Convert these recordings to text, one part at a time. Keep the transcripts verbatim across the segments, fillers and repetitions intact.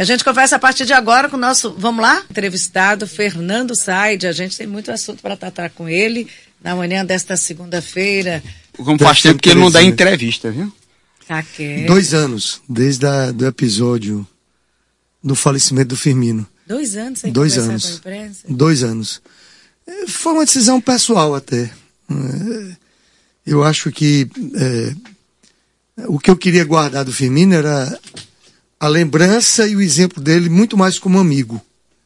E a gente conversa a partir de agora com o nosso, vamos lá, entrevistado Fernando Said. A gente tem muito assunto para tratar com ele na manhã desta segunda-feira. Como faz tempo que ele não dá entrevista, viu? Tá quieto. Dois anos, desde a, do episódio do falecimento do Firmino. Dois anos sem Dois conversar anos. com a imprensa? Dois anos. Foi uma decisão pessoal até. Eu acho que é, o que eu queria guardar do Firmino era a lembrança e o exemplo dele muito mais como amigo.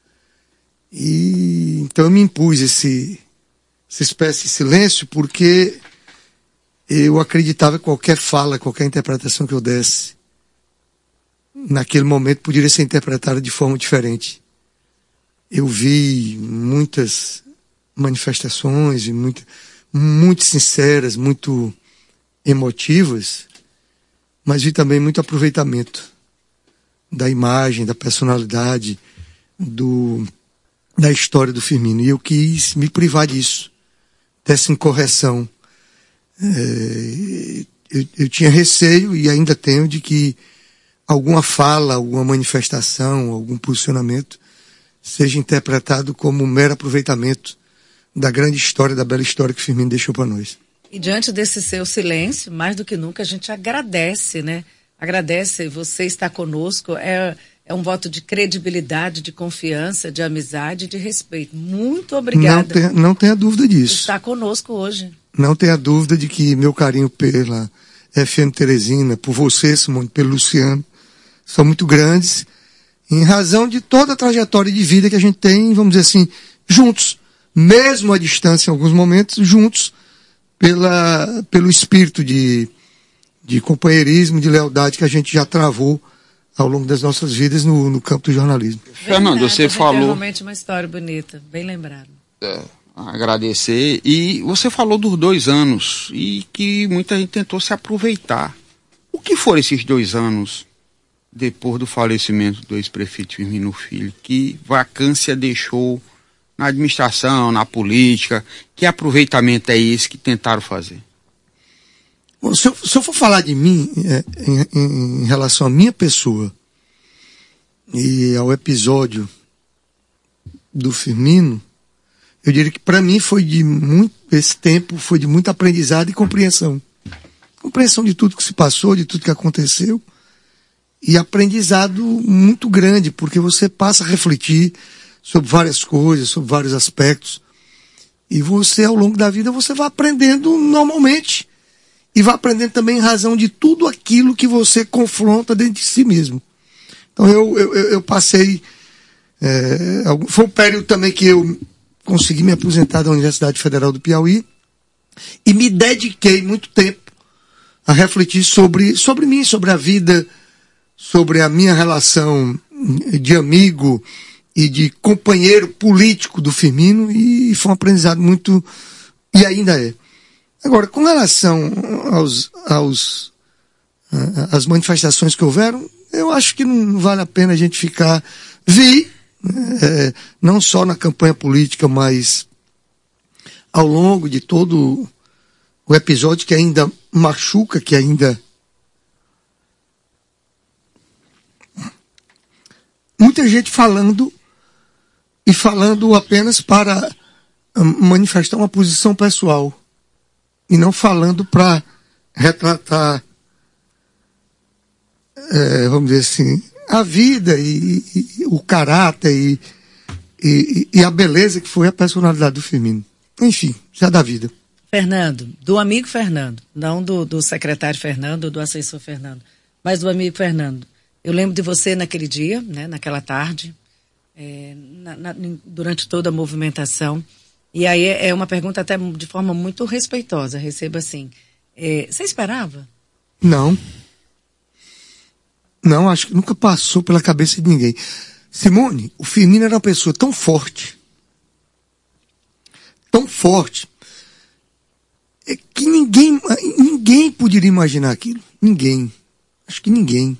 E então eu me impus esse, essa espécie de silêncio porque eu acreditava que qualquer fala, qualquer interpretação que eu desse naquele momento poderia ser interpretada de forma diferente. Eu vi muitas manifestações, muito, muito sinceras, muito emotivas, mas vi também muito aproveitamento da imagem, da personalidade, do, da história do Firmino. E eu quis me privar disso, dessa incorreção. É, eu, eu tinha receio, e ainda tenho, de que alguma fala, alguma manifestação, algum posicionamento seja interpretado como um mero aproveitamento da grande história, da bela história que o Firmino deixou para nós. E diante desse seu silêncio, mais do que nunca, a gente agradece, né? Agradece você estar conosco, é, é um voto de credibilidade, de confiança, de amizade, de respeito. Muito obrigada. Não tenha, não tenha dúvida disso. Está conosco hoje. Não tenha dúvida de que meu carinho pela F M Teresina, por você, Simone, pelo Luciano, são muito grandes, em razão de toda a trajetória de vida que a gente tem, vamos dizer assim, juntos, mesmo à distância em alguns momentos, juntos, pela, pelo espírito de, de companheirismo, de lealdade que a gente já travou ao longo das nossas vidas no, no campo do jornalismo. Fernando, você falou... É realmente uma história bonita, bem lembrado. É, agradecer. E você falou dos dois anos, e que muita gente tentou se aproveitar. O que foram esses dois anos depois do falecimento do ex-prefeito Firmino Filho? Que vacância deixou na administração, na política? Que aproveitamento é esse que tentaram fazer? Bom, se, eu, se eu for falar de mim, é, em, em relação à minha pessoa e ao episódio do Firmino, eu diria que para mim foi de muito, esse tempo foi de muito aprendizado e compreensão. Compreensão de tudo que se passou, de tudo que aconteceu, e aprendizado muito grande, porque você passa a refletir sobre várias coisas, sobre vários aspectos, e você, ao longo da vida, você vai aprendendo normalmente, e vai aprendendo também em razão de tudo aquilo que você confronta dentro de si mesmo. Então eu, eu, eu passei, é, foi um período também que eu consegui me aposentar da Universidade Federal do Piauí, e me dediquei muito tempo a refletir sobre, sobre mim, sobre a vida, sobre a minha relação de amigo e de companheiro político do Firmino, e foi um aprendizado muito, e ainda é. Agora, com relação aos, aos, às manifestações que houveram, eu acho que não vale a pena a gente ficar... Vi, é, não só na campanha política, mas ao longo de todo o episódio, que ainda machuca, que ainda... Muita gente falando, e falando apenas para manifestar uma posição pessoal, e não falando para retratar, é, vamos dizer assim, a vida e, e o caráter e, e, e a beleza que foi a personalidade do Firmino. Enfim, já da vida. Fernando, do amigo Fernando, não do, do secretário Fernando, do assessor Fernando, mas do amigo Fernando. Eu lembro de você naquele dia, né, naquela tarde, é, na, na, durante toda a movimentação. E aí é uma pergunta até de forma muito respeitosa, receba assim. É, você esperava? Não. Não, acho que nunca passou pela cabeça de ninguém. Simone, o Firmino era uma pessoa tão forte, tão forte, é que ninguém, ninguém poderia imaginar aquilo. Ninguém. Acho que ninguém.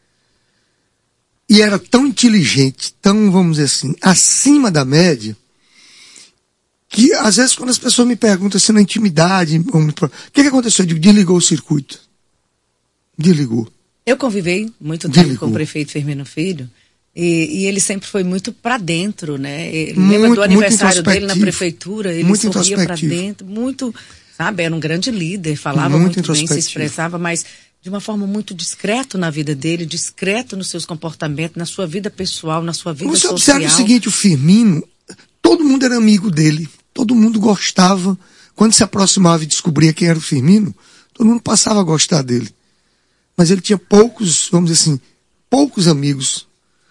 E era tão inteligente, tão, vamos dizer assim, acima da média, que às vezes quando as pessoas me perguntam assim na intimidade, o que, que aconteceu? Eu digo, desligou o circuito. Desligou. Eu convivei muito tempo Desligou. com o prefeito Firmino Filho, E, e ele sempre foi muito para dentro, né? Ele Muito, lembra do aniversário muito dele na prefeitura, ele muito sorria para dentro, muito, sabe, era um grande líder, falava muito, muito bem, se expressava, mas de uma forma muito discreto na vida dele, discreto nos seus comportamentos, na sua vida pessoal, na sua vida Você social. Você observa o seguinte, o Firmino, todo mundo era amigo dele, todo mundo gostava. Quando se aproximava e descobria quem era o Firmino, todo mundo passava a gostar dele. Mas ele tinha poucos, vamos dizer assim, poucos amigos.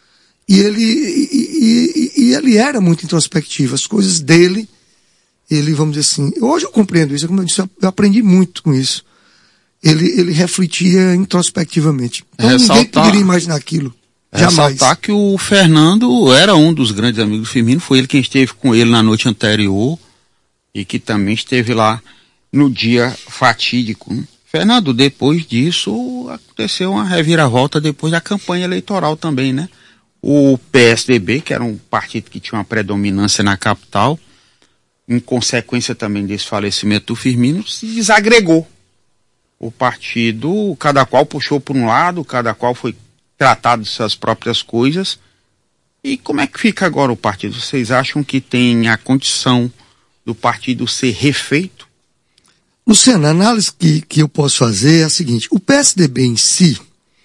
E ele, e, e, e ele era muito introspectivo. As coisas dele, ele, vamos dizer assim, hoje eu compreendo isso, como eu disse, eu aprendi muito com isso. Ele, ele refletia introspectivamente. Então Ressaltar, ninguém poderia imaginar aquilo. Jamais. Ressaltar que o Fernando era um dos grandes amigos do Firmino, foi ele quem esteve com ele na noite anterior e que também esteve lá no dia fatídico. Né? Fernando, depois disso, aconteceu uma reviravolta depois da campanha eleitoral também, né? O P S D B, que era um partido que tinha uma predominância na capital, em consequência também desse falecimento do Firmino, se desagregou. O partido, cada qual puxou por um lado, cada qual foi tratado de suas próprias coisas. E como é que fica agora o partido? Vocês acham que tem a condição do partido ser refeito? Luciano, a análise que, que eu posso fazer é a seguinte: o P S D B em si,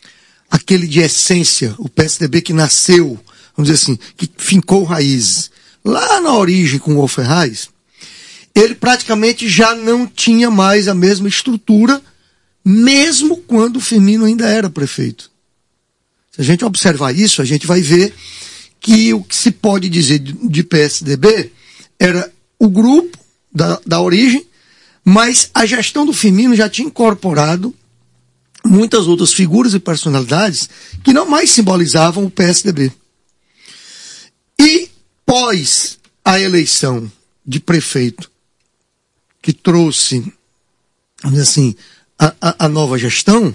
aquele de essência, o P S D B que nasceu, vamos dizer assim, que fincou raízes, lá na origem com o Ferraz, ele praticamente já não tinha mais a mesma estrutura, mesmo quando o Firmino ainda era prefeito. Se a gente observar isso, a gente vai ver que o que se pode dizer de, de P S D B era o grupo da, da origem, mas a gestão do Firmino já tinha incorporado muitas outras figuras e personalidades que não mais simbolizavam o P S D B. E pós a eleição de prefeito, que trouxe, vamos dizer assim, a, a, a nova gestão,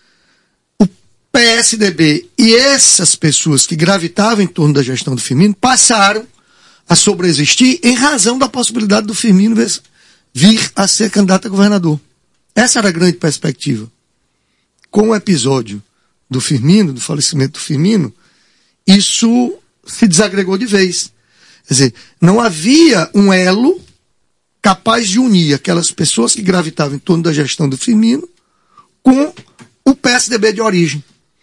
o P S D B e essas pessoas que gravitavam em torno da gestão do Firmino passaram a sobreexistir em razão da possibilidade do Firmino vir a ser candidato a governador. Essa era a grande perspectiva. Com o episódio do Firmino, do falecimento do Firmino, isso se desagregou de vez. Quer dizer, não havia um elo capaz de unir aquelas pessoas que gravitavam em torno da gestão do Firmino com o P S D B de origem.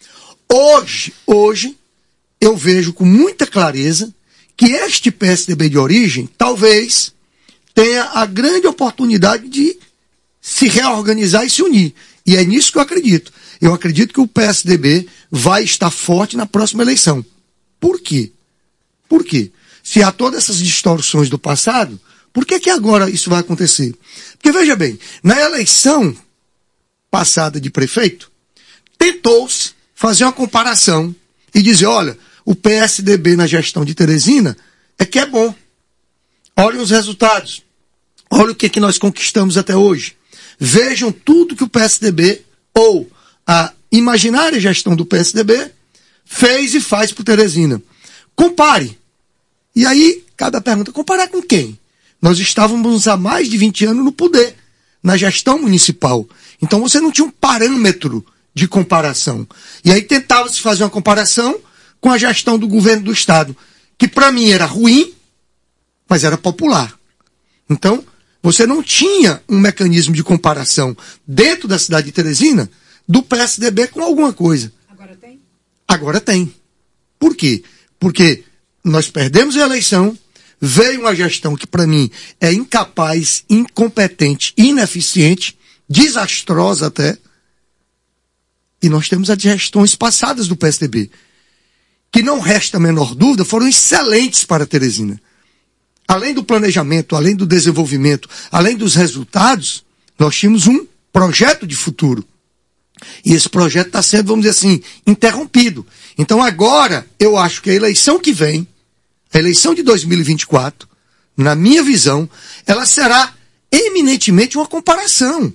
Hoje, hoje, eu vejo com muita clareza que este P S D B de origem talvez tenha a grande oportunidade de se reorganizar e se unir. E é nisso que eu acredito. Eu acredito que o P S D B vai estar forte na próxima eleição. Por quê? Por quê? Se há todas essas distorções do passado, por que que agora isso vai acontecer? Porque, veja bem, na eleição passada de prefeito, tentou-se fazer uma comparação e dizer, olha, o P S D B na gestão de Teresina é que é bom. Olhem os resultados. Olha o que, que nós conquistamos até hoje. Vejam tudo que o P S D B, ou a imaginária gestão do P S D B, fez e faz por Teresina. Compare. E aí, cada pergunta, comparar com quem? Nós estávamos há mais de vinte anos no poder, na gestão municipal. Então você não tinha um parâmetro de comparação. E aí tentava-se fazer uma comparação com a gestão do governo do Estado, que para mim era ruim, mas era popular. Então, você não tinha um mecanismo de comparação dentro da cidade de Teresina do P S D B com alguma coisa. Agora tem? Agora tem. Por quê? Porque nós perdemos a eleição, veio uma gestão que para mim é incapaz, incompetente, ineficiente, desastrosa até, e nós temos as gestões passadas do P S D B, que não resta a menor dúvida, foram excelentes para Teresina. Além do planejamento, além do desenvolvimento, além dos resultados, nós tínhamos um projeto de futuro. E esse projeto está sendo, vamos dizer assim, interrompido. Então agora, eu acho que a eleição que vem, a eleição de dois mil e vinte e quatro, na minha visão, ela será eminentemente uma comparação.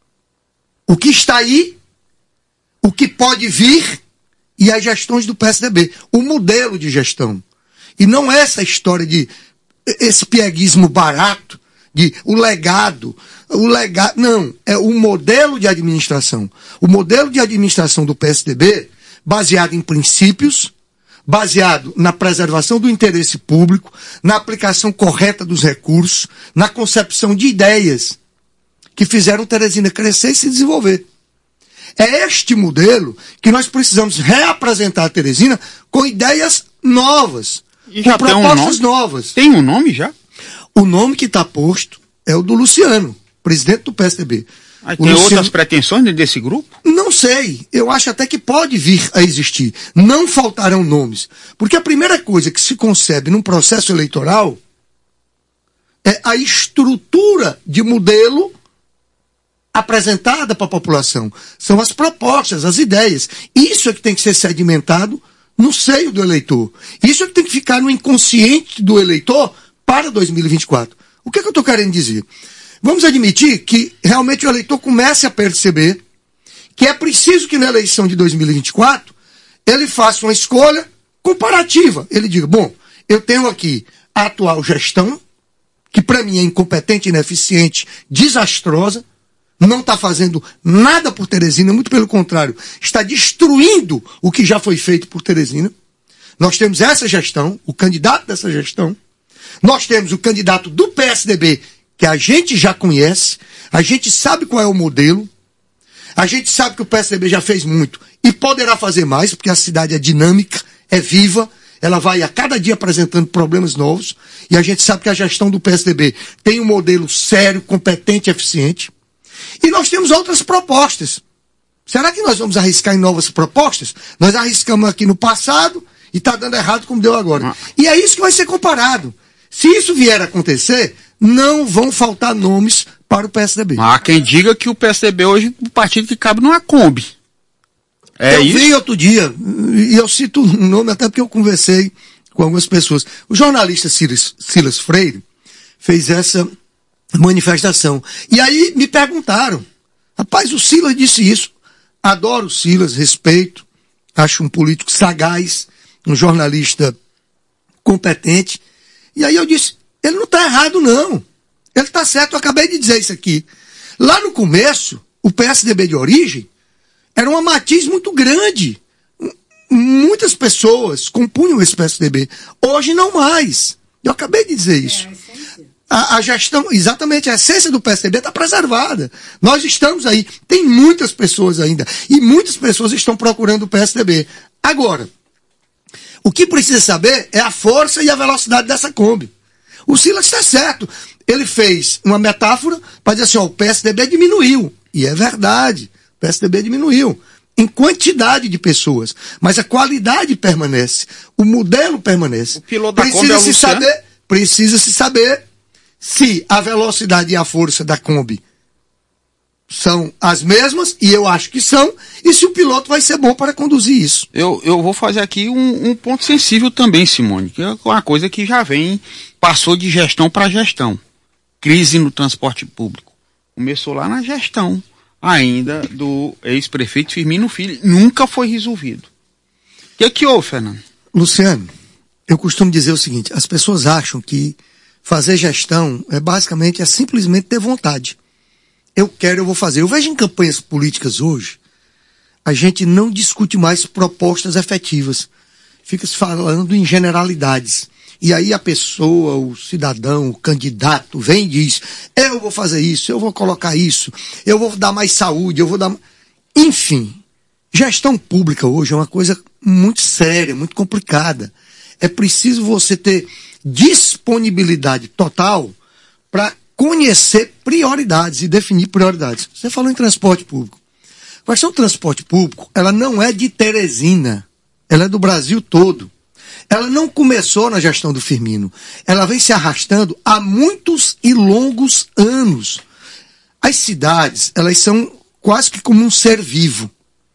O que está aí, o que pode vir e as gestões do P S D B. O modelo de gestão. E não essa história de esse pieguismo barato, de o legado, o legado, não, é o modelo de administração. O modelo de administração do P S D B, baseado em princípios, baseado na preservação do interesse público, na aplicação correta dos recursos, na concepção de ideias que fizeram Teresina crescer e se desenvolver. É este modelo que nós precisamos reapresentar a Teresina com ideias novas, e já com tem propostas um nome? novas. Tem um nome já? O nome que está posto é o do Luciano, presidente do P S D B. Aí O tem Luciano... outras pretensões dentro desse grupo? Não sei. Eu acho até que pode vir a existir. Não faltarão nomes. Porque a primeira coisa que se concebe num processo eleitoral é a estrutura de modelo apresentada para a população. São as propostas, as ideias. Isso é que tem que ser sedimentado no seio do eleitor. Isso é que tem que ficar no inconsciente do eleitor para dois mil e vinte e quatro. O que é que eu estou querendo dizer? Vamos admitir que realmente o eleitor comece a perceber que é preciso que na eleição de dois mil e vinte e quatro ele faça uma escolha comparativa. Ele diga, bom, eu tenho aqui a atual gestão, que para mim é incompetente, ineficiente, desastrosa, não está fazendo nada por Teresina, muito pelo contrário, está destruindo o que já foi feito por Teresina. Nós temos essa gestão, o candidato dessa gestão, nós temos o candidato do P S D B, que a gente já conhece, a gente sabe qual é o modelo, a gente sabe que o P S D B já fez muito e poderá fazer mais, porque a cidade é dinâmica, é viva, ela vai a cada dia apresentando problemas novos, e a gente sabe que a gestão do P S D B tem um modelo sério, competente e eficiente. E nós temos outras propostas. Será que nós vamos arriscar em novas propostas? Nós arriscamos aqui no passado e está dando errado como deu agora. E é isso que vai ser comparado. Se isso vier a acontecer, não vão faltar nomes para o P S D B. Há quem diga que o P S D B hoje é um partido que cabe numa Kombi. É eu isso? vi outro dia, e eu cito o nome até porque eu conversei com algumas pessoas. O jornalista Silas, Silas Freire fez essa manifestação. E aí me perguntaram, rapaz, o Silas disse isso. Adoro o Silas, respeito, acho um político sagaz, um jornalista competente. E aí eu disse, ele não está errado não. Ele está certo, eu acabei de dizer isso aqui. Lá no começo, o P S D B de origem era uma matiz muito grande. Muitas pessoas compunham esse P S D B. Hoje não mais. Eu acabei de dizer isso. A, a gestão, exatamente, a essência do P S D B está preservada. Nós estamos aí. Tem muitas pessoas ainda. E muitas pessoas estão procurando o P S D B. Agora, o que precisa saber é a força e a velocidade dessa Kombi. O Silas está certo. Ele fez uma metáfora para dizer assim, ó, o P S D B diminuiu. E é verdade. O P S D B diminuiu em quantidade de pessoas. Mas a qualidade permanece. O modelo permanece. O piloto da Kombi é o Precisa-se saber, precisa-se saber se a velocidade e a força da Kombi são as mesmas, e eu acho que são, e se o piloto vai ser bom para conduzir isso. Eu, eu vou fazer aqui um, um ponto sensível também, Simone, que é uma coisa que já vem, passou de gestão para gestão. Crise no transporte público. Começou lá na gestão ainda do ex-prefeito Firmino Filho, nunca foi resolvido. O que é que houve, Fernando? Luciano, eu costumo dizer o seguinte, as pessoas acham que fazer gestão é basicamente, é simplesmente ter vontade. Eu quero, eu vou fazer. Eu vejo em campanhas políticas hoje, a gente não discute mais propostas efetivas. Fica se falando em generalidades. E aí a pessoa, o cidadão, o candidato, vem e diz, eu vou fazer isso, eu vou colocar isso, eu vou dar mais saúde, eu vou dar... Enfim, gestão pública hoje é uma coisa muito séria, muito complicada. É preciso você ter disponibilidade total para conhecer prioridades e definir prioridades. Você falou em transporte público. A questão do transporte público, ela não é de Teresina, ela é do Brasil todo. Ela não começou na gestão do Firmino. Ela vem se arrastando há muitos e longos anos. As cidades, elas são quase que como um ser vivo.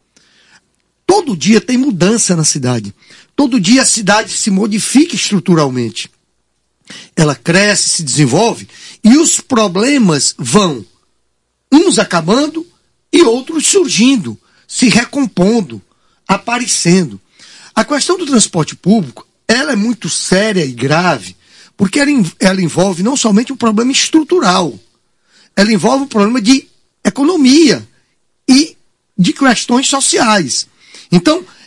Todo dia tem mudança na cidade. Todo dia a cidade se modifica estruturalmente. Ela cresce, se desenvolve, e os problemas vão, uns acabando e outros surgindo, se recompondo, aparecendo. A questão do transporte público, ela é muito séria e grave, porque ela, ela envolve não somente um problema estrutural, ela envolve um problema de economia e de questões sociais. Então,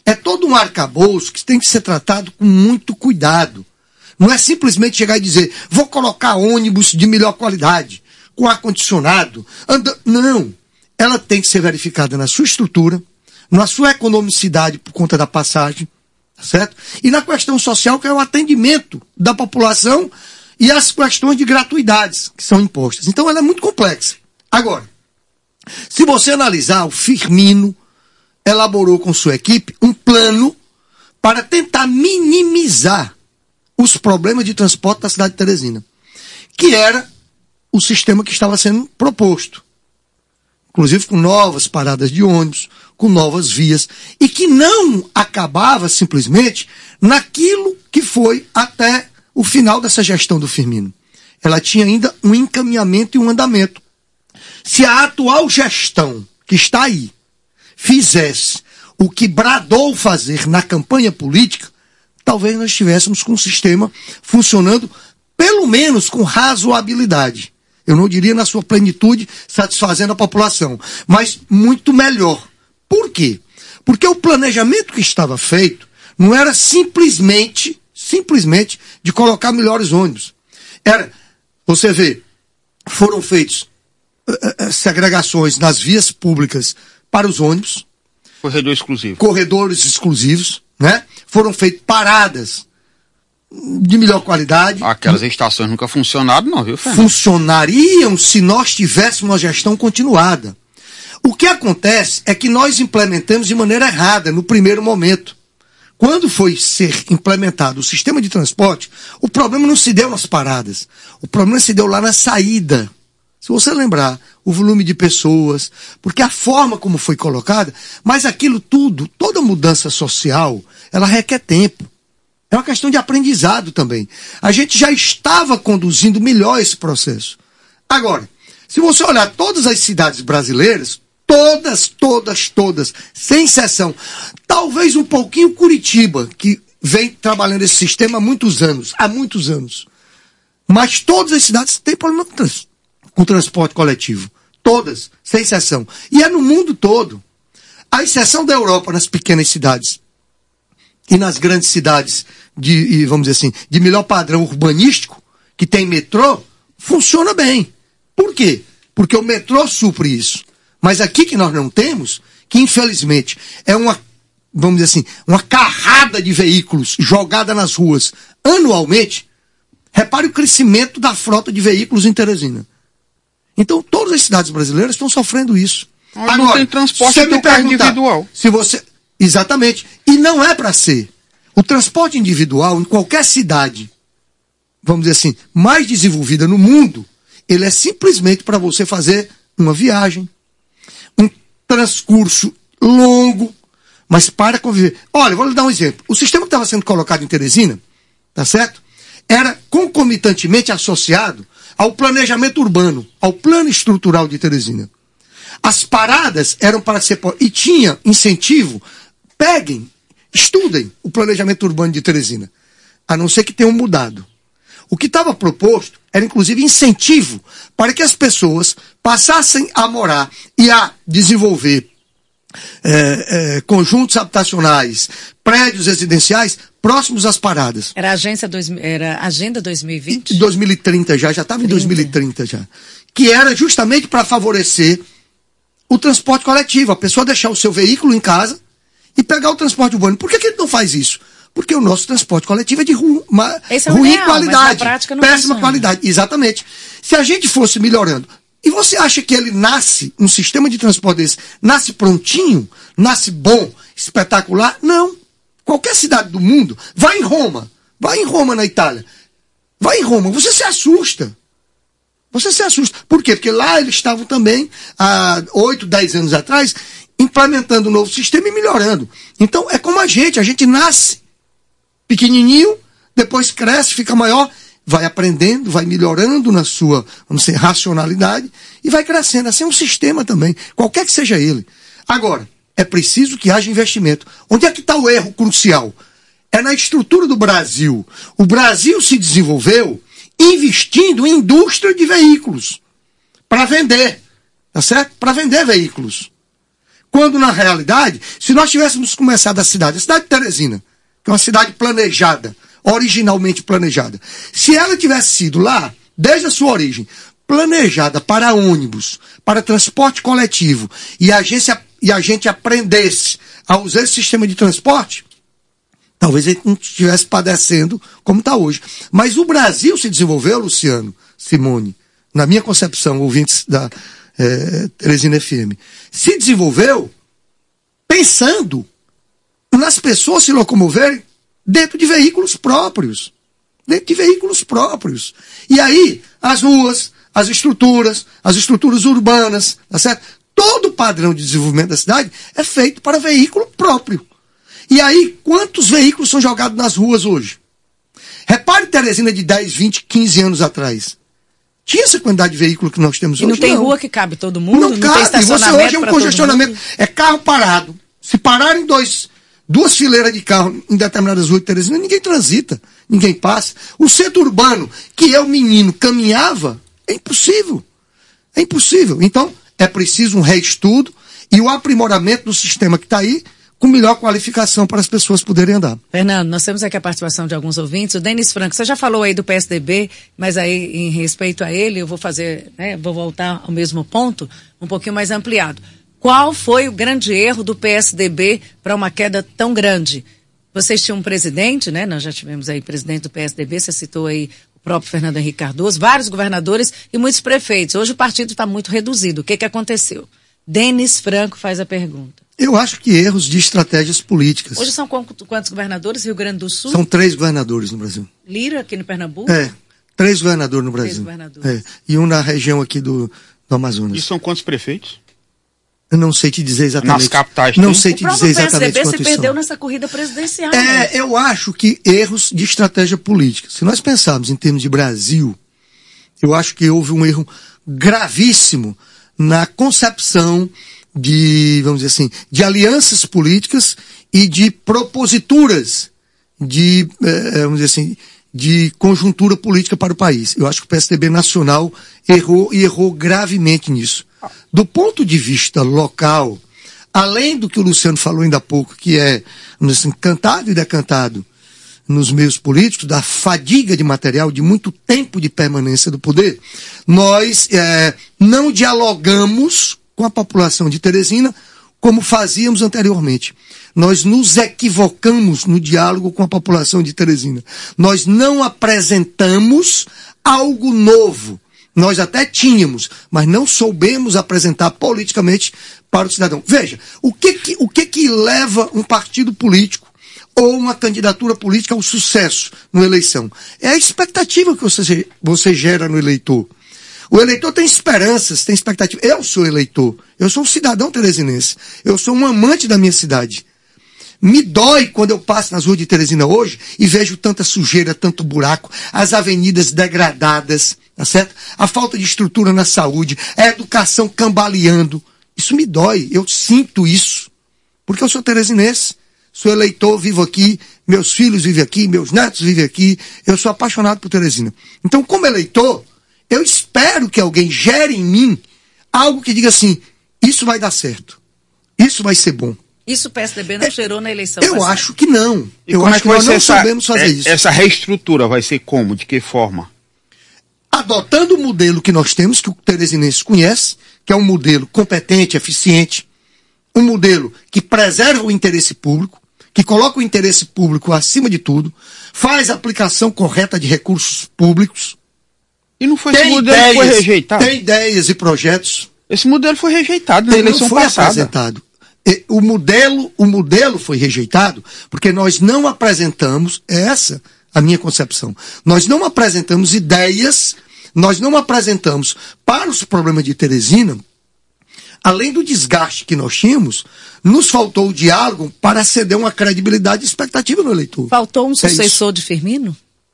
é todo um arcabouço que tem que ser tratado com muito cuidado. Não é simplesmente chegar e dizer, vou colocar ônibus de melhor qualidade, com ar-condicionado. Anda... Não. Ela tem que ser verificada na sua estrutura, na sua economicidade por conta da passagem, certo? E na questão social, que é o atendimento da população e as questões de gratuidades que são impostas. Então ela é muito complexa. Agora, se você analisar, o Firmino elaborou com sua equipe um plano para tentar minimizar os problemas de transporte da cidade de Teresina, que era o sistema que estava sendo proposto. Inclusive com novas paradas de ônibus, com novas vias, e que não acabava simplesmente naquilo que foi até o final dessa gestão do Firmino. Ela tinha ainda um encaminhamento e um andamento. Se a atual gestão, que está aí, fizesse o que bradou fazer na campanha política, talvez nós estivéssemos com um sistema funcionando, pelo menos com razoabilidade. Eu não diria na sua plenitude, satisfazendo a população, mas muito melhor. Por quê? Porque o planejamento que estava feito não era simplesmente, simplesmente de colocar melhores ônibus. Era, você vê, foram feitos uh, uh, segregações nas vias públicas para os ônibus. Corredor exclusivo. Corredores exclusivos, né? Foram feitas paradas de melhor qualidade. Aquelas estações nunca funcionaram, não, viu, Fernando? Funcionariam se nós tivéssemos uma gestão continuada. O que acontece é que nós implementamos de maneira errada no primeiro momento. Quando foi ser implementado o sistema de transporte, o problema não se deu nas paradas. O problema se deu lá na saída. Se você lembrar, o volume de pessoas, porque a forma como foi colocada, mas aquilo tudo, toda mudança social, ela requer tempo. É uma questão de aprendizado também. A gente já estava conduzindo melhor esse processo. Agora, se você olhar todas as cidades brasileiras, todas, todas, todas, sem exceção, talvez um pouquinho Curitiba, que vem trabalhando esse sistema há muitos anos, há muitos anos. Mas todas as cidades têm problema com, trans, com transporte coletivo. Todas, sem exceção. E é no mundo todo. A exceção da Europa nas pequenas cidades e nas grandes cidades de, vamos dizer assim, de melhor padrão urbanístico, que tem metrô, funciona bem. Por quê? Porque o metrô supre isso. Mas aqui que nós não temos, que infelizmente é uma, vamos dizer assim, uma carrada de veículos jogada nas ruas anualmente, repare o crescimento da frota de veículos em Teresina. Então todas as cidades brasileiras estão sofrendo isso. Mas agora, não tem transporte, você tem me carro individual. Se você... Exatamente. E não é para ser. O transporte individual, em qualquer cidade, vamos dizer assim, mais desenvolvida no mundo, ele é simplesmente para você fazer uma viagem, um transcurso longo, mas para conviver. Olha, vou lhe dar um exemplo. O sistema que estava sendo colocado em Teresina, tá certo? Era concomitantemente associado ao planejamento urbano, ao plano estrutural de Teresina. As paradas eram para ser... E tinha incentivo. Peguem, estudem o planejamento urbano de Teresina. A não ser que tenham mudado. O que estava proposto era, inclusive, incentivo para que as pessoas passassem a morar e a desenvolver é, é, conjuntos habitacionais, prédios residenciais próximos às paradas. Era a agência dois, era Agenda dois mil e vinte? dois mil e trinta já, já estava em dois mil e trinta já. Que era justamente para favorecer o transporte coletivo, a pessoa deixar o seu veículo em casa e pegar o transporte urbano. Por que que ele não faz isso? Porque o nosso transporte coletivo é de ru, uma, é ruim real, qualidade, péssima funciona. Qualidade. Exatamente. Se a gente fosse melhorando, e você acha que ele nasce, um sistema de transporte desse, nasce prontinho, nasce bom, espetacular? Não. Qualquer cidade do mundo, vai em Roma, vai em Roma na Itália, vai em Roma, você se assusta. Você se assusta. Por quê? Porque lá eles estavam também, há oito, dez anos atrás, implementando um novo sistema e melhorando. Então, é como a gente. A gente nasce pequenininho, depois cresce, fica maior, vai aprendendo, vai melhorando na sua, vamos dizer, racionalidade e vai crescendo. Assim é um sistema também, qualquer que seja ele. Agora, é preciso que haja investimento. Onde é que está o erro crucial? É na estrutura do Brasil. O Brasil se desenvolveu investindo em indústria de veículos para vender, tá certo? Para vender veículos. Quando, na realidade, se nós tivéssemos começado a cidade, a cidade de Teresina, que é uma cidade planejada, originalmente planejada, se ela tivesse sido lá, desde a sua origem, planejada para ônibus, para transporte coletivo, e a gente, e a gente aprendesse a usar esse sistema de transporte, talvez a gente não estivesse padecendo como está hoje. Mas o Brasil se desenvolveu, Luciano, Simone, na minha concepção, ouvintes da é, Teresina F M, se desenvolveu pensando nas pessoas se locomoverem dentro de veículos próprios. Dentro de veículos próprios. E aí, as ruas, as estruturas, as estruturas urbanas, tá certo? Todo o padrão de desenvolvimento da cidade é feito para veículo próprio. E aí, quantos veículos são jogados nas ruas hoje? Repare Teresina de dez, vinte, quinze anos atrás. Tinha essa quantidade de veículo que nós temos e hoje? E não tem não. Rua que cabe todo mundo? Não, não cabe. Tem estacionamento. Você hoje é um congestionamento. É carro parado. Se pararem dois, duas fileiras de carro em determinadas ruas de Teresina, ninguém transita, ninguém passa. O centro urbano, que eu, menino, caminhava, é impossível. É impossível. Então, é preciso um reestudo e o aprimoramento do sistema que está aí, com melhor qualificação para as pessoas poderem andar. Fernando, nós temos aqui a participação de alguns ouvintes. O Denis Franco, você já falou aí do P S D B, mas aí em respeito a ele, eu vou fazer, né, vou voltar ao mesmo ponto, um pouquinho mais ampliado. Qual foi o grande erro do P S D B para uma queda tão grande? Vocês tinham um presidente, né? Nós já tivemos aí presidente do P S D B, você citou aí o próprio Fernando Henrique Cardoso, vários governadores e muitos prefeitos. Hoje o partido está muito reduzido. O que que aconteceu? Denis Franco faz a pergunta. Eu acho que erros de estratégias políticas. Hoje são quantos governadores? Rio Grande do Sul? São três governadores no Brasil. Lira, aqui no Pernambuco? É, três governadores no Brasil. Três governadores. É, e um na região aqui do, do Amazonas. E são quantos prefeitos? Eu não sei te dizer exatamente. Nas capitais Não tem? sei te dizer exatamente O próprio P S D B se quantos perdeu são. nessa corrida presidencial. É, né? eu acho que erros de estratégia política. Se nós pensarmos em termos de Brasil, eu acho que houve um erro gravíssimo na concepção de, vamos dizer assim, de alianças políticas e de proposituras de, eh, vamos dizer assim, de conjuntura política para o país. Eu acho que o P S D B nacional errou e errou gravemente nisso. Do ponto de vista local, além do que o Luciano falou ainda há pouco, que é assim, cantado e decantado nos meios políticos, da fadiga de material, de muito tempo de permanência do poder, nós eh, não dialogamos com a população de Teresina como fazíamos anteriormente. Nós nos equivocamos no diálogo com a população de Teresina. Nós não apresentamos algo novo. Nós até tínhamos, mas não soubemos apresentar politicamente para o cidadão. Veja, o que que, o que, que leva um partido político ou uma candidatura política ao sucesso numa eleição? É a expectativa que você, você gera no eleitor. O eleitor tem esperanças, tem expectativa. Eu sou eleitor, eu sou um cidadão teresinense, eu sou um amante da minha cidade. Me dói quando eu passo nas ruas de Teresina hoje e vejo tanta sujeira, tanto buraco, as avenidas degradadas, tá certo? A falta de estrutura na saúde, a educação cambaleando. Isso me dói, eu sinto isso, porque eu sou teresinense, sou eleitor, vivo aqui, meus filhos vivem aqui, meus netos vivem aqui, eu sou apaixonado por Teresina. Então, como eleitor, eu espero que alguém gere em mim algo que diga assim, isso vai dar certo, isso vai ser bom. Isso o P S D B não é, gerou na eleição Eu passada. acho que não. E eu como acho é que, que vai nós ser não essa, sabemos fazer é, isso. Essa reestrutura vai ser como? De que forma? Adotando o modelo que nós temos, que o teresinense conhece, que é um modelo competente, eficiente, um modelo que preserva o interesse público, que coloca o interesse público acima de tudo, faz a aplicação correta de recursos públicos. E não foi Tem esse modelo ideias, que foi rejeitado? Tem ideias e projetos. Esse modelo foi rejeitado na Ele eleição não foi passada. apresentado. E o modelo, o modelo foi rejeitado porque nós não apresentamos, essa a minha concepção, nós não apresentamos ideias, nós não apresentamos para os problemas de Teresina, além do desgaste que nós tínhamos, nos faltou o diálogo para ceder uma credibilidade e expectativa no eleitor. Faltou um É sucessor de Firmino?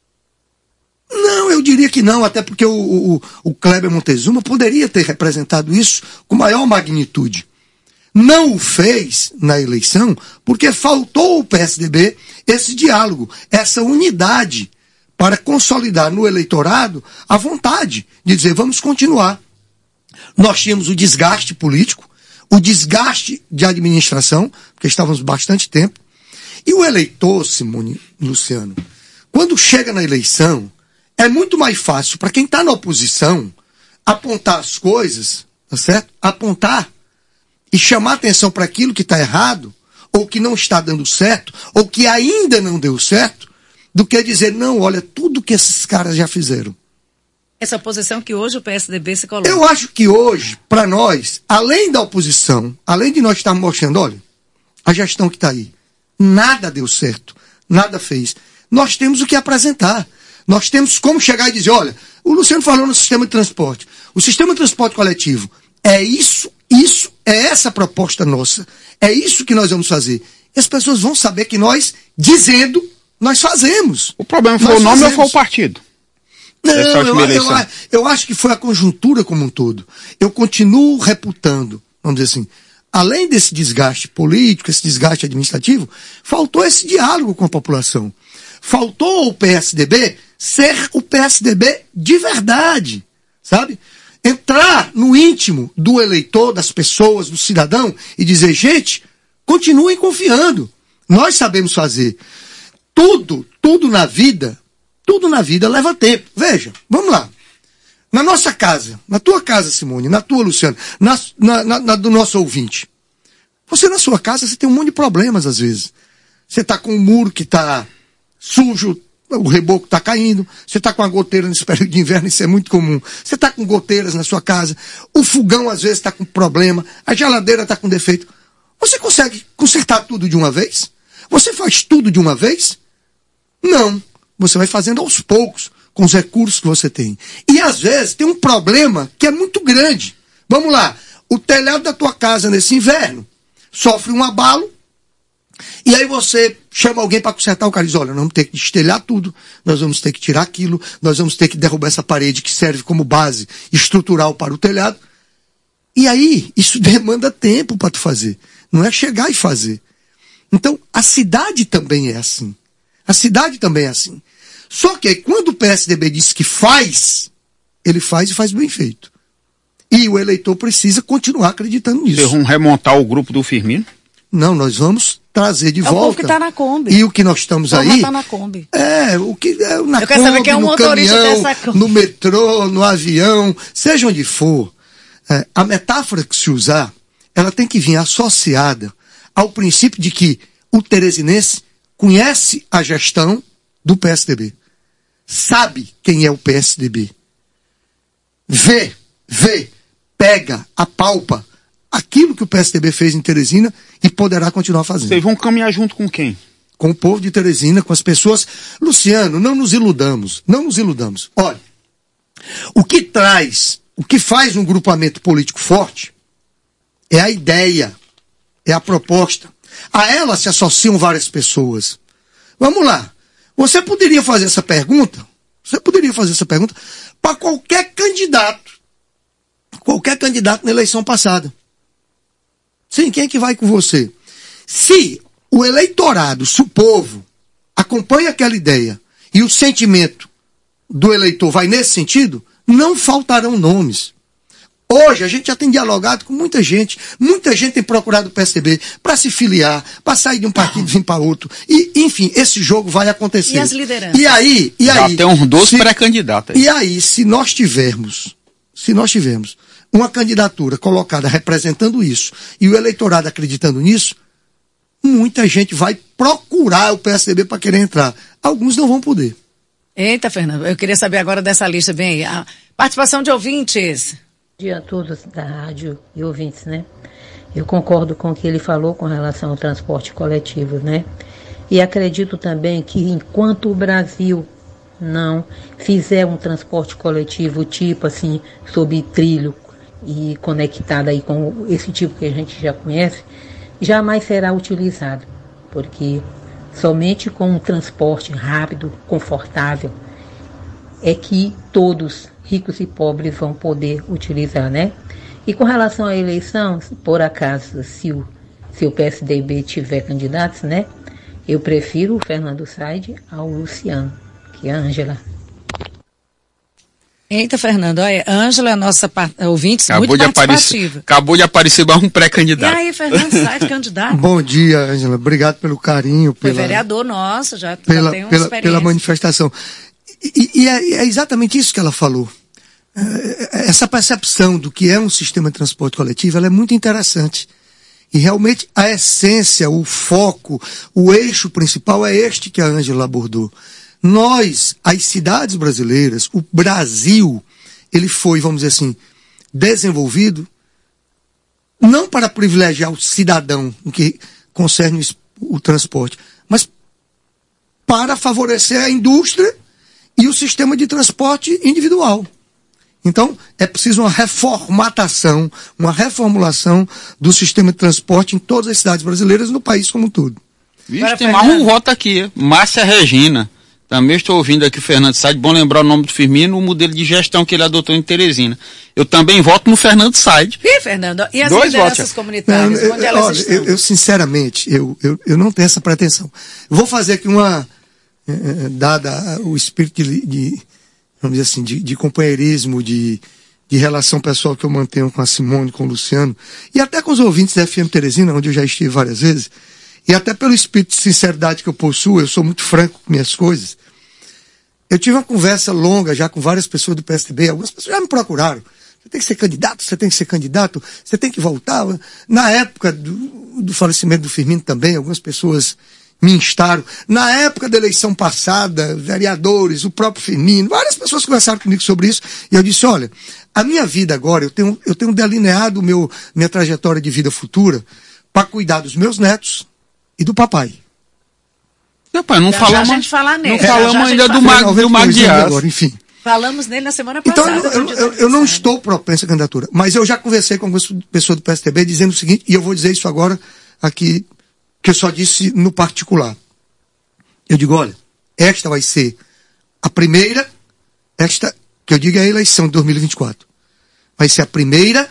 Não, eu diria que não, até porque o, o, o Kleber Montezuma poderia ter representado isso com maior magnitude. Não o fez na eleição porque faltou ao P S D B esse diálogo, essa unidade para consolidar no eleitorado a vontade de dizer vamos continuar. Nós tínhamos o desgaste político, o desgaste de administração, porque estávamos bastante tempo, e o eleitor, Simone, Luciano, quando chega na eleição, é muito mais fácil para quem está na oposição apontar as coisas, tá certo? Apontar e chamar atenção para aquilo que está errado, ou que não está dando certo, ou que ainda não deu certo, do que dizer, não, olha, tudo que esses caras já fizeram. Essa posição que hoje o P S D B se coloca. Eu acho que hoje, para nós, além da oposição, além de nós estarmos mostrando, olha, a gestão que está aí, nada deu certo, nada fez. Nós temos o que apresentar. Nós temos como chegar e dizer, olha, o Luciano falou no sistema de transporte. O sistema de transporte coletivo é isso, isso, é essa a proposta nossa. É isso que nós vamos fazer. E as pessoas vão saber que nós, dizendo, nós fazemos. O problema foi nós o nome fazemos. ou foi o partido? Não, eu, eu, eu acho que foi a conjuntura como um todo. Eu continuo reputando, vamos dizer assim, além desse desgaste político, esse desgaste administrativo, faltou esse diálogo com a população. Faltou o P S D B ser o P S D B de verdade, sabe? Entrar no íntimo do eleitor, das pessoas, do cidadão e dizer, gente, continuem confiando. Nós sabemos fazer. Tudo, tudo na vida, tudo na vida leva tempo. Veja, vamos lá. Na nossa casa, na tua casa, Simone, na tua, Luciano, na, na, na, na do nosso ouvinte. Você na sua casa, você tem um monte de problemas às vezes. Você está com um muro que está sujo, o reboco está caindo, você está com a goteira nesse período de inverno, isso é muito comum. Você está com goteiras na sua casa, o fogão às vezes está com problema, a geladeira está com defeito. Você consegue consertar tudo de uma vez? Você faz tudo de uma vez? Não. Você vai fazendo aos poucos, com os recursos que você tem. E às vezes tem um problema que é muito grande. Vamos lá, o telhado da tua casa nesse inverno sofre um abalo, e aí você chama alguém para consertar, o cara diz, olha, nós vamos ter que destelhar tudo, nós vamos ter que tirar aquilo, nós vamos ter que derrubar essa parede que serve como base estrutural para o telhado. E aí, isso demanda tempo para tu fazer. Não é chegar e fazer. Então, a cidade também é assim. A cidade também é assim. Só que quando o P S D B diz que faz, ele faz e faz bem feito. E o eleitor precisa continuar acreditando nisso. Vocês vão remontar o grupo do Firmino? Não, nós vamos trazer de é volta. O povo que está na Kombi. E o que nós estamos o aí... Tá na Kombi. É, o que é na Eu quero Kombi, saber quem é um no motorista caminhão, dessa Kombi. No metrô, no avião, seja onde for. É, a metáfora que se usar, ela tem que vir associada ao princípio de que o teresinense conhece a gestão do P S D B. Sabe quem é o P S D B. Vê, vê, pega, apalpa aquilo que o P S D B fez em Teresina e poderá continuar fazendo. Vocês vão caminhar junto com quem? Com o povo de Teresina, com as pessoas. Luciano, não nos iludamos, não nos iludamos. Olha, o que traz, o que faz um grupamento político forte é a ideia, é a proposta. A ela se associam várias pessoas. Vamos lá. Você poderia fazer essa pergunta, você poderia fazer essa pergunta para qualquer candidato, qualquer candidato na eleição passada. Sim, quem é que vai com você? Se o eleitorado, se o povo acompanha aquela ideia e o sentimento do eleitor vai nesse sentido, não faltarão nomes. Hoje a gente já tem dialogado com muita gente, muita gente tem procurado o P S D B para se filiar, para sair de um partido e vir para outro. E, enfim, esse jogo vai acontecer. E as lideranças? E aí, e já aí, tem uns doze se, pré-candidatos aí. E aí, se nós tivermos, se nós tivermos uma candidatura colocada representando isso e o eleitorado acreditando nisso, muita gente vai procurar o P S D B para querer entrar. Alguns não vão poder. Eita, Fernando, eu queria saber agora dessa lista bem aí. A participação de ouvintes. Bom dia a todos da rádio e ouvintes, né? Eu concordo com o que ele falou com relação ao transporte coletivo, né? E acredito também que enquanto o Brasil não fizer um transporte coletivo tipo assim, sob trilho e conectado aí com esse tipo que a gente já conhece, jamais será utilizado, porque somente com um transporte rápido, confortável, é que todos, ricos e pobres, vão poder utilizar, né? E com relação à eleição, por acaso, se o, se o P S D B tiver candidatos, né? Eu prefiro o Fernando Said ao Luciano, que é a Ângela. Eita, Fernando, olha, Ângela é a nossa ouvinte, acabou muito de participativa. Aparecer, acabou de aparecer mais um pré-candidato. E aí, Fernando Said, candidato? Bom dia, Ângela. Obrigado pelo carinho. Foi pela, vereador nosso, já, pela, já tem uma pela, experiência. pela manifestação. E, e é, é exatamente isso que ela falou. Essa percepção do que é um sistema de transporte coletivo, ela é muito interessante. E realmente a essência, o foco, o eixo principal é este que a Ângela abordou. Nós, as cidades brasileiras, o Brasil, ele foi, vamos dizer assim, desenvolvido não para privilegiar o cidadão, no que concerne o, o transporte, mas para favorecer a indústria e o sistema de transporte individual. Então, é preciso uma reformatação, uma reformulação do sistema de transporte em todas as cidades brasileiras e no país como um todo. Vixe, tem mais um voto aqui, Márcia Regina. Também estou ouvindo aqui o Fernando Said, bom lembrar o nome do Firmino, o modelo de gestão que ele adotou em Teresina. Eu também voto no Fernando Said. E, Fernando, e as Dois lideranças votos. comunitárias, Não, onde eu, elas olha, estão? eu, eu sinceramente, eu, eu, eu não tenho essa pretensão. Eu vou fazer aqui uma, eh, dada o espírito de, de vamos dizer assim, de, de companheirismo, de, de relação pessoal que eu mantenho com a Simone, com o Luciano, e até com os ouvintes da F M Teresina, onde eu já estive várias vezes, e até pelo espírito de sinceridade que eu possuo, eu sou muito franco com minhas coisas. Eu tive uma conversa longa já com várias pessoas do P S D B, algumas pessoas já me procuraram. Você tem que ser candidato, você tem que ser candidato, você tem que voltar. Na época do, do falecimento do Firmino também, algumas pessoas me instaram. Na época da eleição passada, vereadores, o próprio Firmino, várias pessoas conversaram comigo sobre isso, e eu disse, olha, a minha vida agora, eu tenho, eu tenho delineado o meu, minha trajetória de vida futura para cuidar dos meus netos e do papai. Rapaz, não Já, falamos, já a gente fala nele. não Já, falamos já a gente ainda fala. do, Mag, do Magdias. Agora, enfim. Falamos nele na semana Então, passada. eu, eu, eu, eu não estou propenso à candidatura, mas eu já conversei com algumas pessoas do P S D B dizendo o seguinte, e eu vou dizer isso agora aqui, que eu só disse no particular. Eu digo, olha, esta vai ser a primeira, esta, que eu digo é a eleição de dois mil e vinte e quatro, vai ser a primeira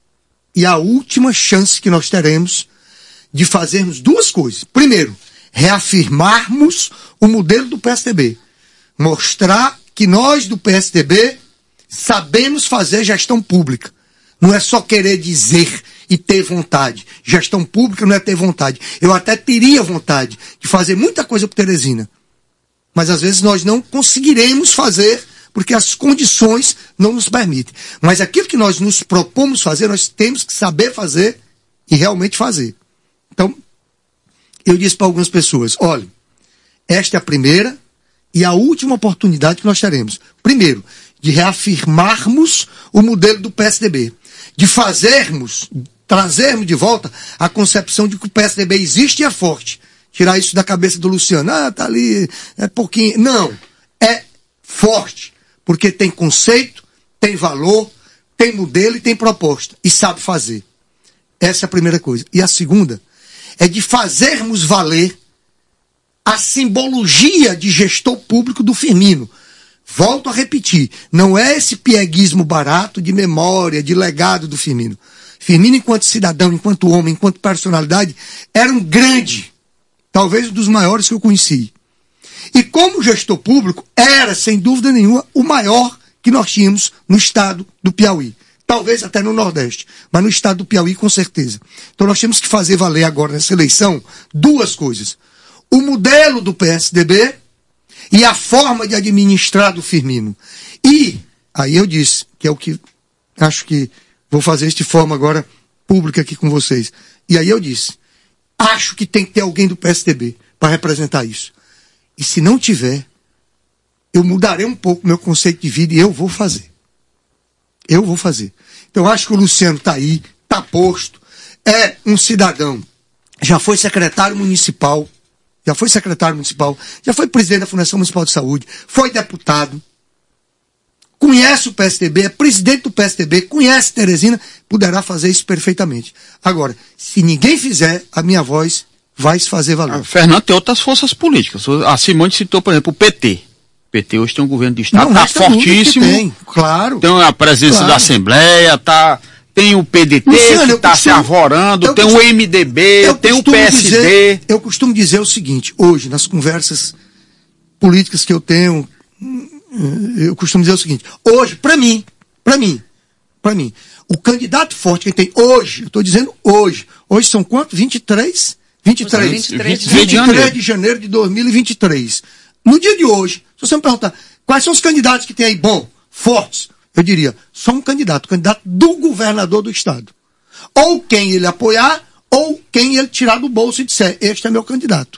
e a última chance que nós teremos de fazermos duas coisas. Primeiro, reafirmarmos o modelo do P S D B. Mostrar que nós do P S D B sabemos fazer gestão pública. Não é só querer dizer e ter vontade. Gestão pública não é ter vontade. Eu até teria vontade de fazer muita coisa por Teresina. Mas às vezes nós não conseguiremos fazer porque as condições não nos permitem. Mas aquilo que nós nos propomos fazer, nós temos que saber fazer e realmente fazer. Então, eu disse para algumas pessoas, olha, esta é a primeira e a última oportunidade que nós teremos. Primeiro, de reafirmarmos o modelo do P S D B. De fazermos, trazermos de volta a concepção de que o P S D B existe e é forte. Tirar isso da cabeça do Luciano. Ah, tá ali, é pouquinho. Não, é forte. Porque tem conceito, tem valor, tem modelo e tem proposta. E sabe fazer. Essa é a primeira coisa. E a segunda é de fazermos valer a simbologia de gestor público do Firmino. Volto a repetir, não é esse pieguismo barato de memória, de legado do Firmino. Firmino, enquanto cidadão, enquanto homem, enquanto personalidade, era um grande, talvez um dos maiores que eu conheci. E como gestor público, era, sem dúvida nenhuma, o maior que nós tínhamos no estado do Piauí. Talvez até no Nordeste, mas no estado do Piauí, com certeza. Então nós temos que fazer valer agora nessa eleição duas coisas. O modelo do P S D B e a forma de administrar do Firmino. E, aí eu disse, que é o que acho que vou fazer de forma agora pública aqui com vocês. E aí eu disse, acho que tem que ter alguém do P S D B para representar isso. E se não tiver, eu mudarei um pouco meu conceito de vida e eu vou fazer. Eu vou fazer. Então, acho que o Luciano está aí, está posto, é um cidadão, já foi secretário municipal, já foi secretário municipal, já foi presidente da Fundação Municipal de Saúde, foi deputado, conhece o P S D B, é presidente do P S D B, conhece Teresina, poderá fazer isso perfeitamente. Agora, se ninguém fizer, a minha voz vai se fazer valer. Ah, Fernando, tem outras forças políticas. A Simone citou, por exemplo, o P T. O P T hoje tem um governo de Estado, está fortíssimo. Tem, claro. Tem a presença claro. da Assembleia, tá, tem o P D T Luciano, que está se arvorando, tem costumo, o M D B, tem o P S D. Dizer, eu costumo dizer o seguinte, hoje, nas conversas políticas que eu tenho eu costumo dizer o seguinte, hoje, para mim, para mim, para mim, o candidato forte que tem hoje, eu estou dizendo hoje, hoje são quantos? vinte e três? vinte e três, vinte e três de vinte e três de janeiro de dois mil e vinte e três. No dia de hoje, se você me perguntar, quais são os candidatos que tem aí, bom, fortes, eu diria, só um candidato, o candidato do governador do estado. Ou quem ele apoiar, ou quem ele tirar do bolso e disser, este é meu candidato.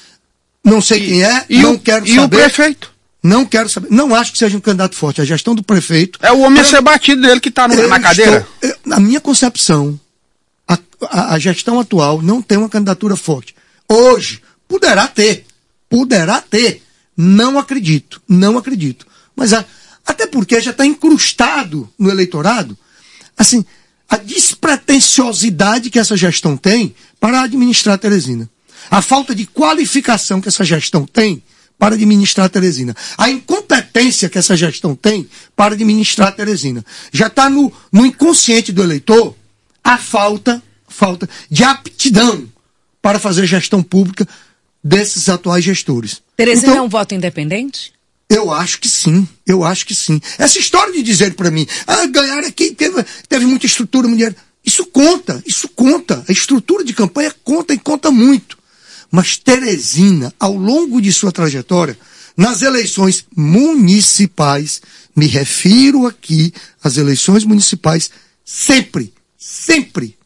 Não sei E, quem é, e não o, quero e saber. o prefeito? Não quero saber. Não acho que seja um candidato forte. A gestão do prefeito... É o homem a eu, ser batido dele que está na cadeira? Estou, eu, na minha concepção, a, a, a gestão atual não tem uma candidatura forte. Hoje, poderá ter. Poderá ter. Não acredito. Não acredito. Mas a, até porque já está incrustado no eleitorado, assim, a despretensiosidade que essa gestão tem para administrar Teresina. A falta de qualificação que essa gestão tem para administrar Teresina. A incompetência que essa gestão tem para administrar Teresina. Já está no, no inconsciente do eleitor a falta, falta de aptidão para fazer gestão pública desses atuais gestores. Teresina então, é um voto independente? Eu acho que sim, eu acho que sim. Essa história de dizer para mim, ah, ganhar aqui, teve, teve muita estrutura, mulher. Isso conta, isso conta. A estrutura de campanha conta e conta muito. Mas Teresina, ao longo de sua trajetória, nas eleições municipais, me refiro aqui às eleições municipais, sempre, sempre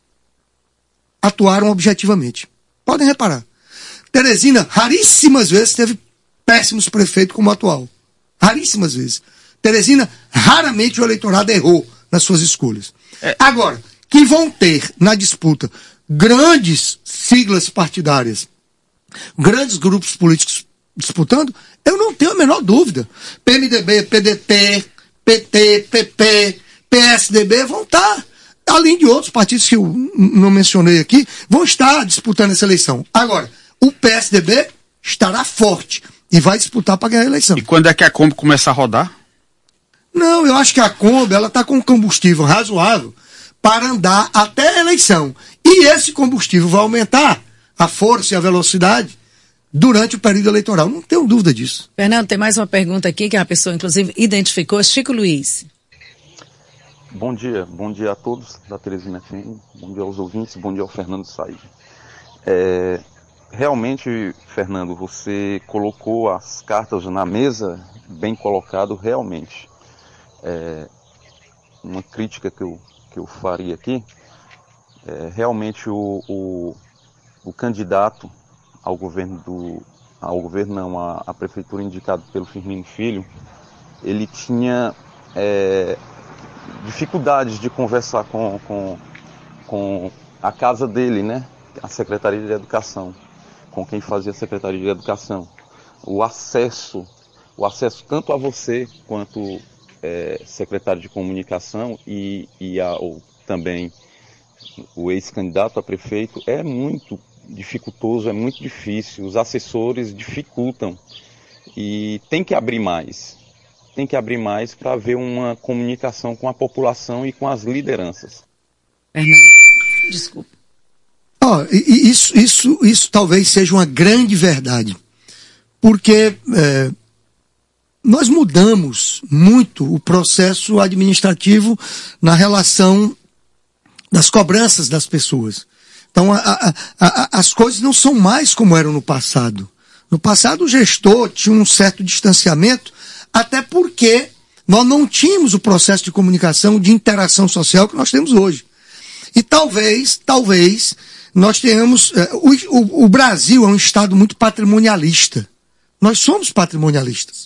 atuaram objetivamente. Podem reparar. Teresina, raríssimas vezes, teve péssimos prefeitos como o atual. Raríssimas vezes. Teresina, raramente o eleitorado errou nas suas escolhas. É. Agora, que vão ter na disputa grandes siglas partidárias, grandes grupos políticos disputando, eu não tenho a menor dúvida. P M D B, P D T, P T, P P, P S D B vão estar, além de outros partidos que eu não mencionei aqui, vão estar disputando essa eleição. Agora, o P S D B estará forte e vai disputar para ganhar a eleição. E quando é que a Kombi começa a rodar? Não, eu acho que a Kombi ela está com um combustível razoável para andar até a eleição. E esse combustível vai aumentar a força e a velocidade durante o período eleitoral. Não tenho dúvida disso. Fernando, tem mais uma pergunta aqui que a pessoa, inclusive, identificou. Chico Luiz. Bom dia. Bom dia a todos da Teresina F M. Bom dia aos ouvintes. Bom dia ao Fernando Said. É, realmente, Fernando, você colocou as cartas na mesa, bem colocado, realmente. É, uma crítica que eu, que eu faria aqui, é, realmente o, o, o candidato ao governo do, ao governo não, a, a prefeitura indicado pelo Firmino Filho, ele tinha é, dificuldades de conversar com, com, com a casa dele, né? A Secretaria de Educação, com quem fazia a Secretaria de Educação. O acesso, o acesso tanto a você quanto é, secretário de Comunicação e, e a, ou, também o ex-candidato a prefeito é muito dificultoso, é muito difícil. Os assessores dificultam e tem que abrir mais. Tem que abrir mais para haver uma comunicação com a população e com as lideranças. Fernando, desculpa. Oh, isso, isso, isso talvez seja uma grande verdade, porque é, nós mudamos muito o processo administrativo na relação das cobranças das pessoas. Então, a, a, a, as coisas não são mais como eram no passado. No passado, o gestor tinha um certo distanciamento, até porque nós não tínhamos o processo de comunicação, de interação social que nós temos hoje. E talvez, talvez, nós tenhamos... O, o, o Brasil é um estado muito patrimonialista. Nós somos patrimonialistas.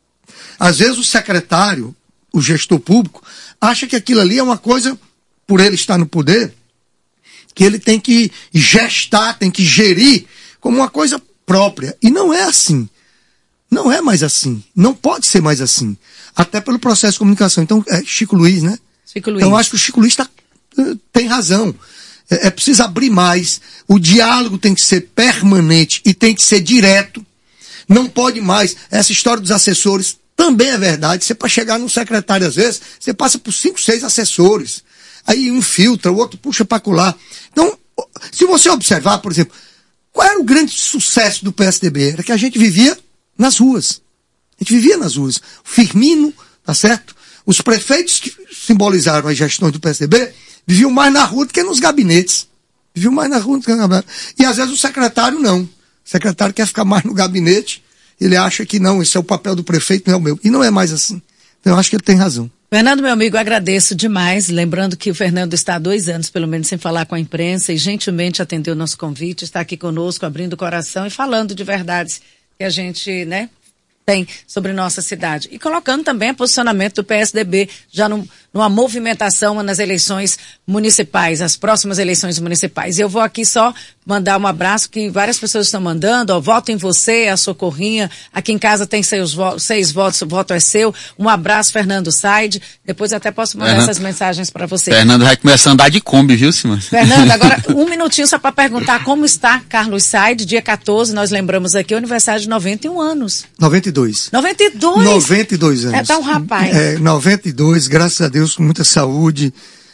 Às vezes o secretário, o gestor público, acha que aquilo ali é uma coisa, por ele estar no poder, que ele tem que gestar, tem que gerir como uma coisa própria. E não é assim. Não é mais assim. Não pode ser mais assim. Até pelo processo de comunicação. Então, é Chico Luiz, né? Chico Luiz. Então, eu acho que o Chico Luiz tá, tem razão. É, é preciso abrir mais. O diálogo tem que ser permanente e tem que ser direto. Não pode mais. Essa história dos assessores também é verdade. Você, para chegar num secretário, às vezes, você passa por cinco, seis assessores. Aí um filtra, o outro puxa para colar. Então, se você observar, por exemplo, qual era o grande sucesso do P S D B? Era que a gente vivia nas ruas. A gente vivia nas ruas. O Firmino, tá certo? Os prefeitos que simbolizaram as gestões do P S D B viviam mais na rua do que nos gabinetes. Viviam mais na rua do que nos gabinetes. E às vezes o secretário não. O secretário quer ficar mais no gabinete, ele acha que não, esse é o papel do prefeito, não é o meu. E não é mais assim. Então eu acho que ele tem razão. Fernando, meu amigo, eu agradeço demais. Lembrando que o Fernando está há dois anos, pelo menos, sem falar com a imprensa e gentilmente atendeu o nosso convite, está aqui conosco, abrindo o coração e falando de verdades que a gente, né, tem sobre nossa cidade. E colocando também o posicionamento do P S D B já num, numa movimentação nas eleições municipais, as próximas eleições municipais. E eu vou aqui só mandar um abraço que várias pessoas estão mandando, ó, voto em você, a Socorrinha, aqui em casa tem seis, vo seis votos, o voto é seu. Um abraço, Fernando Said. Depois eu até posso mandar Fernando, essas mensagens para você. Fernando vai começar a andar de Kombi, viu, Simone? Fernando, agora um minutinho só para perguntar como está Carlos Said, dia quatorze, nós lembramos aqui, o aniversário de noventa e um anos. noventa e dois. noventa e dois? noventa e dois anos. É, tá um rapaz. É, noventa e dois, graças a Deus, com muita saúde,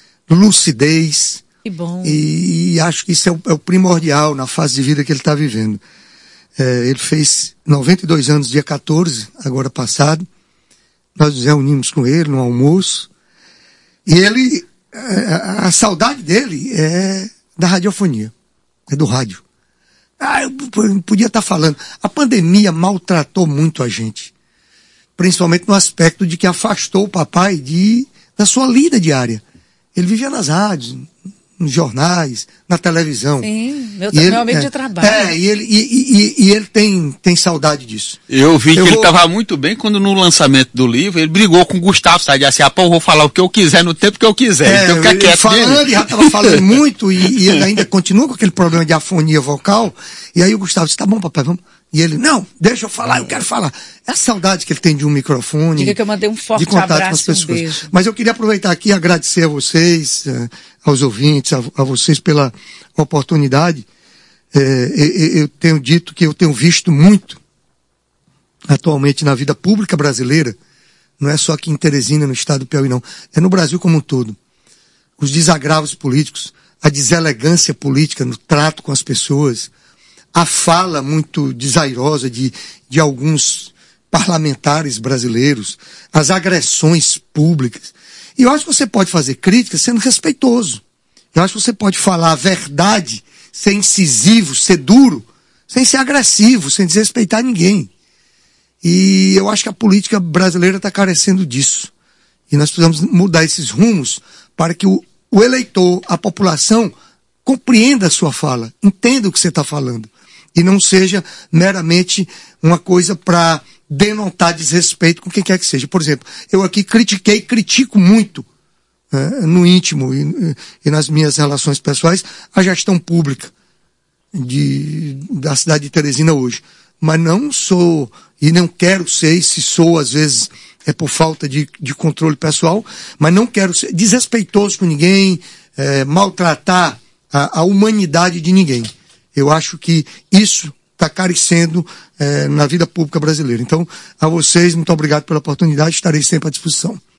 lucidez. Que bom. E, e acho que isso é o, é o primordial na fase de vida que ele está vivendo. É, ele fez noventa e dois anos, dia quatorze, agora passado. Nós nos reunimos com ele no almoço. E ele, a, a saudade dele é da radiofonia, é do rádio. Ah, eu podia estar falando. A pandemia maltratou muito a gente. Principalmente no aspecto de que afastou o papai de, da sua lida diária. Ele vivia nas rádios, nos jornais, na televisão. Sim, meu, ele, meu amigo é, de trabalho. É, e ele, e, e, e ele tem, tem saudade disso. Eu vi eu que vou... ele estava muito bem quando no lançamento do livro ele brigou com o Gustavo Said, assim, ah, pô, eu vou falar o que eu quiser no tempo que eu quiser. É, então fica quieto falando, dele. já estava falando muito e, e ele ainda continua com aquele problema de afonia vocal. E aí o Gustavo disse, tá bom, papai, vamos. E ele, não, deixa eu falar, eu quero falar. É a saudade que ele tem de um microfone. Diga que eu mandei um forte de contato abraço, com as pessoas. um beijo. Mas eu queria aproveitar aqui e agradecer a vocês, aos ouvintes, a, a vocês pela oportunidade. É, eu tenho dito que eu tenho visto muito atualmente na vida pública brasileira, não é só aqui em Teresina, no estado do Piauí, não. É no Brasil como um todo. Os desagravos políticos, a deselegância política no trato com as pessoas, a fala muito desairosa de, de alguns parlamentares brasileiros, as agressões públicas. E eu acho que você pode fazer críticas sendo respeitoso. Eu acho que você pode falar a verdade, ser incisivo, ser duro, sem ser agressivo, sem desrespeitar ninguém. E eu acho que a política brasileira está carecendo disso. E nós precisamos mudar esses rumos para que o, o eleitor, a população, compreenda a sua fala, entenda o que você está falando. E não seja meramente uma coisa para denotar desrespeito com quem quer que seja. Por exemplo, eu aqui critiquei, critico muito, né, no íntimo e, e nas minhas relações pessoais, a gestão pública de, da cidade de Teresina hoje. Mas não sou, e não quero ser, e se sou, às vezes, é por falta de, de controle pessoal, mas não quero ser desrespeitoso com ninguém, é, maltratar a, a humanidade de ninguém. Eu acho que isso está carecendo é, na vida pública brasileira. Então, a vocês, muito obrigado pela oportunidade, estarei sempre à disposição.